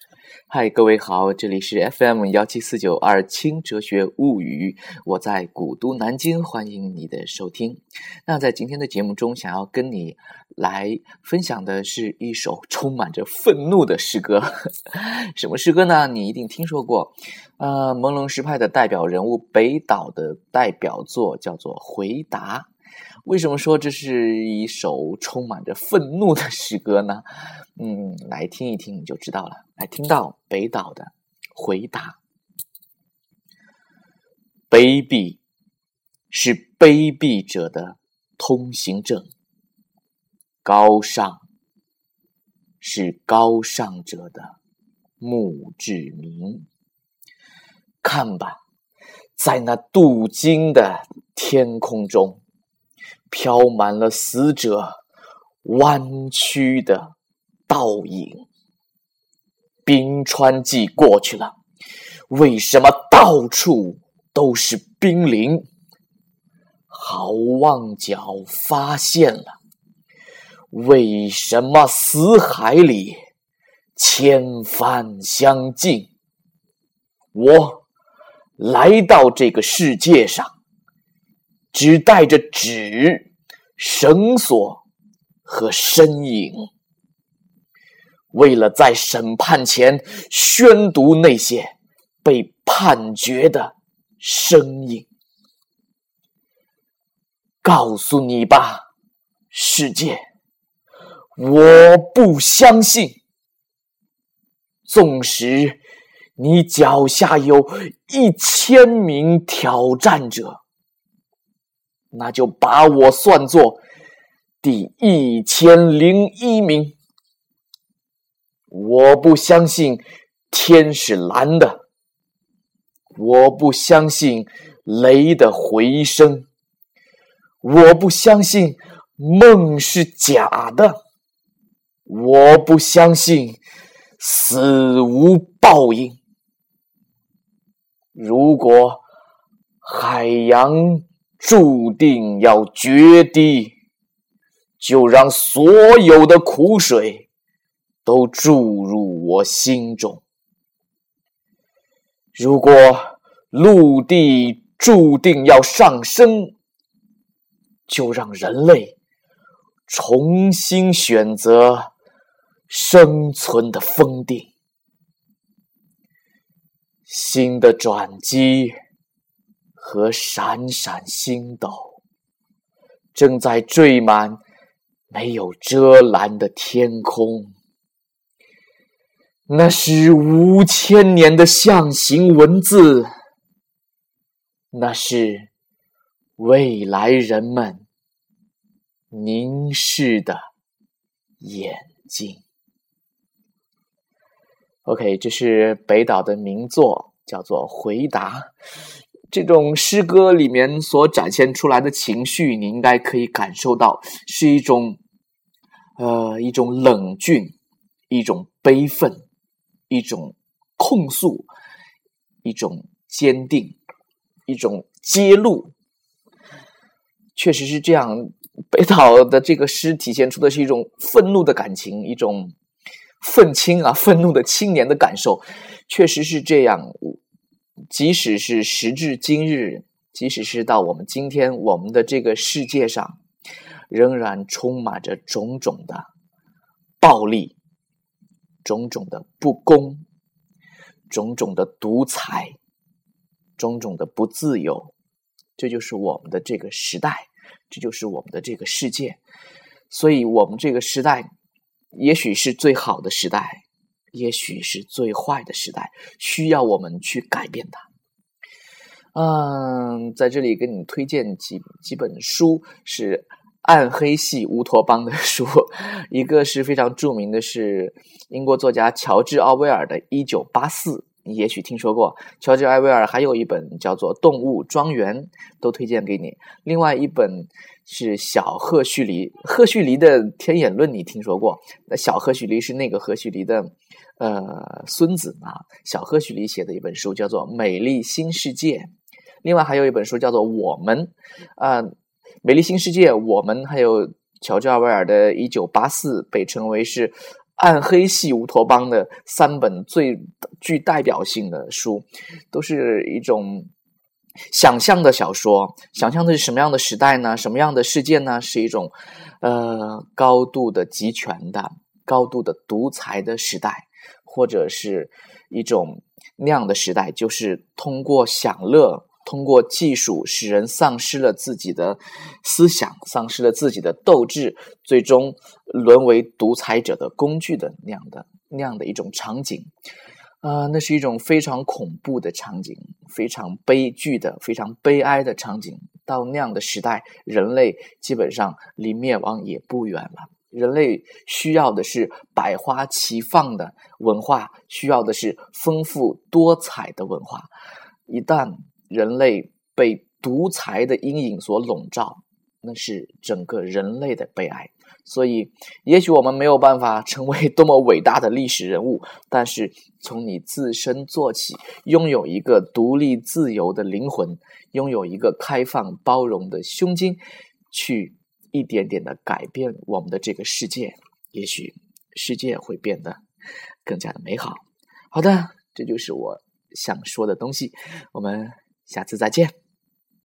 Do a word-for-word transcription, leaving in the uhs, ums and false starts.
嗨，各位好，这里是 F M 一七四九二轻哲学物语，我在古都南京，欢迎你的收听。那在今天的节目中，想要跟你来分享的是一首充满着愤怒的诗歌。什么诗歌呢？你一定听说过，呃，朦胧诗派的代表人物北岛的代表作叫做《回答》。为什么说这是一首充满着愤怒的诗歌呢？嗯，来听一听你就知道了。来听到北岛的回答。卑鄙是卑鄙者的通行证，高尚是高尚者的墓志铭。看吧，在那镀金的天空中，飘满了死者弯曲的倒影。冰川季过去了，为什么到处都是冰凌？好望角发现了，为什么死海里千帆相近？我来到这个世界上，只带着纸、绳索和身影，为了在审判前宣读那些被判决的声音。告诉你吧，世界，我不相信。纵使你脚下有一千名挑战者，那就把我算作第一千零一名。我不相信天是蓝的，我不相信雷的回声，我不相信梦是假的，我不相信死无报应。如果海洋注定要决堤，就让所有的苦水都注入我心中。如果陆地注定要上升，就让人类重新选择生存的封地。新的转机和闪闪星斗正在缀满没有遮拦的天空。那是五千年的象形文字，那是未来人们凝视的眼睛。OK， 这是北岛的名作，叫做《回答》。这种诗歌里面所展现出来的情绪，你应该可以感受到，是一种呃一种冷峻，一种悲愤，一种控诉，一种坚定，一种揭露。确实是这样，北岛的这个诗体现出的是一种愤怒的感情，一种愤青啊，愤怒的青年的感受。确实是这样，即使是时至今日，即使是到我们今天，我们的这个世界上仍然充满着种种的暴力，种种的不公，种种的独裁，种种的不自由。这就是我们的这个时代，这就是我们的这个世界。所以我们这个时代也许是最好的时代，也许是最坏的时代，需要我们去改变它。嗯，在这里给你推荐几几本书，是暗黑系乌托邦的书。一个是非常著名的，是英国作家乔治·奥威尔的《一九八四》，你也许听说过。乔治·奥威尔还有一本叫做《动物庄园》，都推荐给你。另外一本是小赫胥黎，赫胥黎的《天演论》你听说过？那小赫胥黎是那个赫胥黎的呃孙子啊。小赫胥黎写的一本书叫做《美丽新世界》。另外还有一本书叫做《我们》啊，呃《美丽新世界》、《我们》还有乔治·奥威尔的《一九八四》被称为是暗黑系乌托邦的三本最具代表性的书，都是一种想象的小说。想象的是什么样的时代呢？什么样的事件呢？是一种呃高度的集权的、高度的独裁的时代，或者是一种那样的时代，就是通过享乐，通过技术使人丧失了自己的思想，丧失了自己的斗志，最终沦为独裁者的工具的那样的那样的一种场景。啊、呃，那是一种非常恐怖的场景，非常悲剧的、非常悲哀的场景。到那样的时代，人类基本上离灭亡也不远了。人类需要的是百花齐放的文化，需要的是丰富多彩的文化。一旦人类被独裁的阴影所笼罩，那是整个人类的悲哀。所以也许我们没有办法成为多么伟大的历史人物，但是从你自身做起，拥有一个独立自由的灵魂，拥有一个开放包容的胸襟，去一点点的改变我们的这个世界，也许世界会变得更加的美好。好的，这就是我想说的东西，我们下次再见。